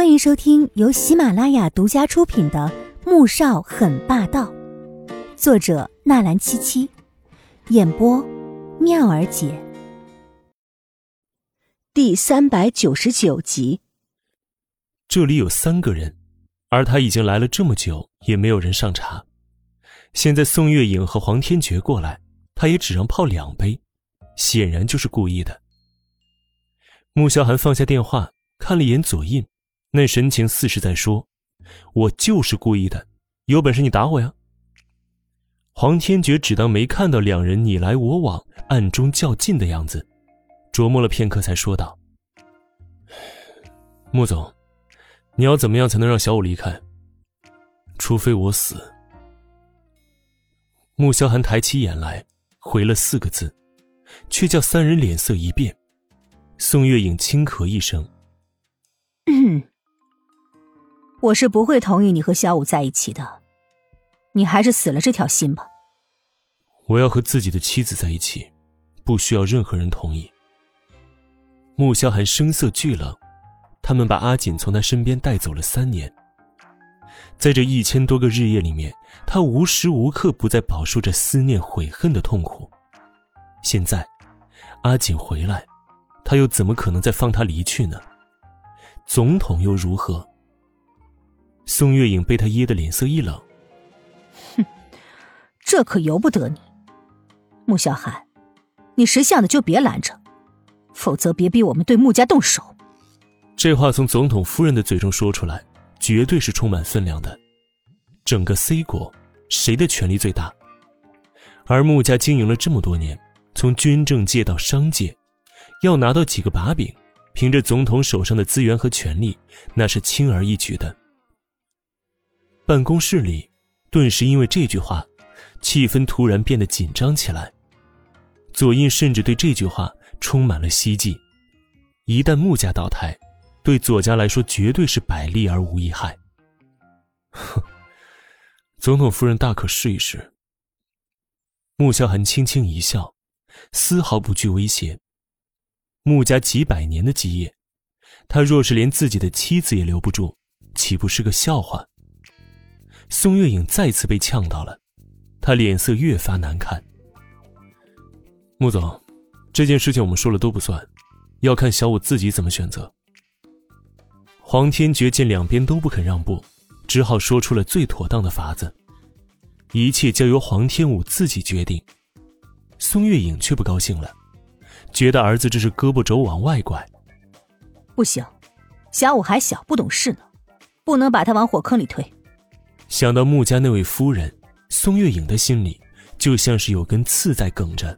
欢迎收听由喜马拉雅独家出品的《穆少很霸道》，作者纳兰七七，演播妙儿姐。 第399集。 这里有3个人，而他已经来了这么久，也没有人上茶。现在宋月影和黄天觉过来，他也只让泡2杯，显然就是故意的。穆萧寒放下电话，看了一眼左印，那神情似是在说：我就是故意的，有本事你打我呀。黄天觉只当没看到2人你来我往，暗中较劲的样子，琢磨了片刻才说道：穆总，你要怎么样才能让小五离开？除非我死。穆萧寒抬起眼来，回了4个字，却叫3人脸色一变。宋月影轻咳一声： 我是不会同意你和小五在一起的，你还是死了这条心吧。 我要和自己的妻子在一起，不需要任何人同意。穆萧寒声色俱冷，他们把阿锦从他身边带走了3年，在这1000多个日夜里面，他无时无刻不在饱受着思念悔恨的痛苦。现在阿锦回来，他又怎么可能再放他离去呢？总统又如何？宋月影被他噎得脸色一冷： 这可由不得你。穆萧寒，你识相的就别拦着，否则别逼我们对穆家动手。 这话从总统夫人的嘴中说出来，绝对是充满分量的。整个 C 国，谁的权力最大？而穆家经营了这么多年，从军政界到商界，要拿到几个把柄，凭着总统手上的资源和权力，那是轻而易举的。办公室里顿时因为这句话，气氛突然变得紧张起来。左印甚至对这句话充满了希冀，一旦穆家倒台，对左家来说绝对是百利而无一害。总统夫人大可试一试。穆萧寒轻轻一笑，丝毫不惧威胁。穆家几百年的基业，他若是连自己的妻子也留不住，岂不是个笑话？宋月影再次被呛到了，他脸色越发难看。穆总，这件事情我们说了都不算，要看小五自己怎么选择。黄天觉见2边都不肯让步，只好说出了最妥当的法子，一切交由黄天武自己决定。宋月影却不高兴了，觉得儿子这是胳膊肘往外拐。 不行，小五还小不懂事呢，不能把他往火坑里推。 想到穆家那位夫人，宋月影的心里就像是有根刺在梗着。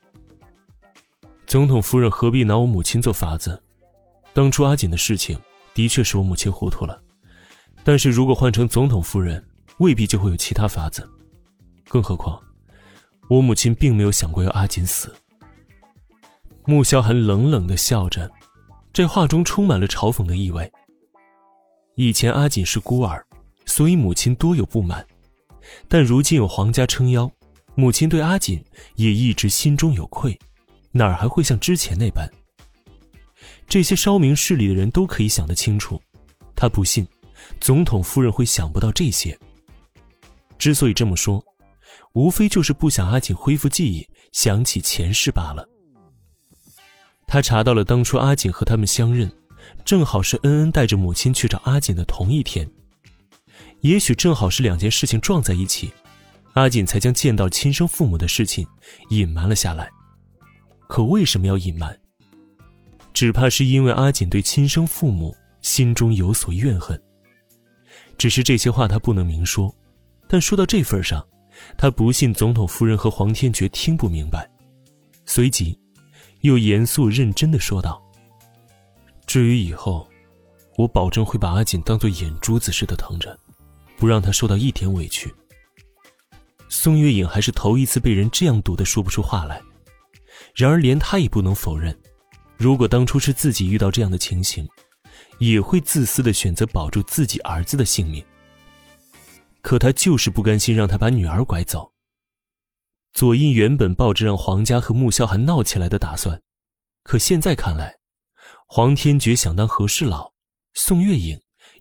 总统夫人何必拿我母亲做法子？当初阿锦的事情的确是我母亲糊涂了，但是如果换成总统夫人，未必就会有其他法子。更何况我母亲并没有想过要阿锦死。穆萧寒冷冷地笑着，这话中充满了嘲讽的意味。以前阿锦是孤儿，所以母亲多有不满，但如今有皇家撑腰，母亲对阿锦也一直心中有愧，哪儿还会像之前那般？这些稍明事理的人都可以想得清楚，他不信总统夫人会想不到这些。之所以这么说，无非就是不想阿锦恢复记忆，想起前世罢了。他查到了当初阿锦和他们相认，正好是恩恩带着母亲去找阿锦的同一天。也许正好是2件事情撞在一起，阿锦才将见到亲生父母的事情隐瞒了下来。可为什么要隐瞒？只怕是因为阿锦对亲生父母心中有所怨恨。只是这些话他不能明说，但说到这份上，他不信总统夫人和黄天觉听不明白。随即又严肃认真地说道：至于以后，我保证会把阿锦当作眼珠子似的疼着，不让他受到一点委屈。宋月影还是头一次被人这样堵得说不出话来，然而连他也不能否认，如果当初是自己遇到这样的情形，也会自私地选择保住自己儿子的性命。可他就是不甘心让他把女儿拐走。左印原本抱着让黄家和穆萧寒闹起来的打算，可现在看来，黄天觉想当和事佬，宋月影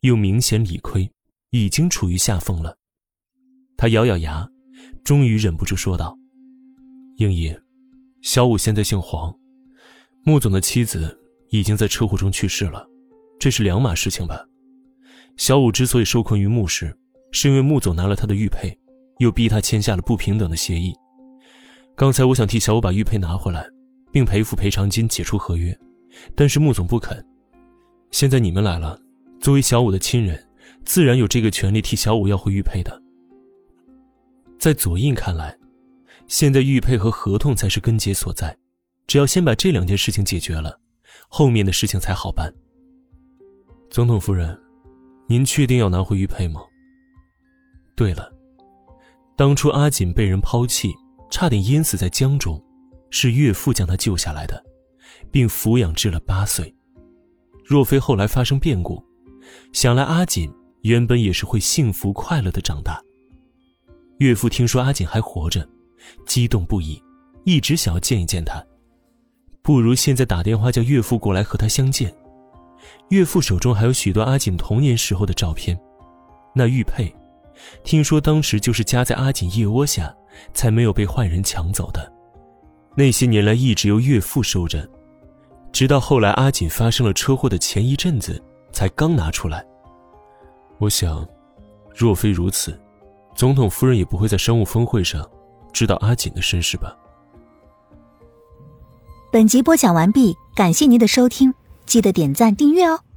又明显理亏，已经处于下风了。他咬咬牙，终于忍不住说道：英姨，小武现在姓黄，穆总的妻子已经在车祸中去世了，这是两码事情吧？小武之所以受困于穆氏，是因为穆总拿了他的玉佩，又逼他签下了不平等的协议。刚才我想替小武把玉佩拿回来，并赔付赔偿金解除合约，但是穆总不肯。现在你们来了，作为小武的亲人，自然有这个权利替小武要回玉佩的。在左印看来，现在玉佩和合同才是根结所在，只要先把这两件事情解决了，后面的事情才好办。总统夫人，您确定要拿回玉佩吗？对了，当初阿锦被人抛弃，差点淹死在江中，是岳父将他救下来的，并抚养至了8岁。若非后来发生变故，想来阿锦原本也是会幸福快乐的长大。岳父听说阿锦还活着，激动不已，一直想要见一见他。不如现在打电话叫岳父过来和他相见。岳父手中还有许多阿锦童年时候的照片，那玉佩听说当时就是夹在阿锦腋窝下，才没有被坏人抢走的。那些年来一直由岳父收着，直到后来阿锦发生了车祸的前一阵子才刚拿出来。我想，若非如此，总统夫人也不会在商务峰会上知道阿锦的身世吧。 本集播讲完毕，感谢您的收听，记得点赞订阅哦。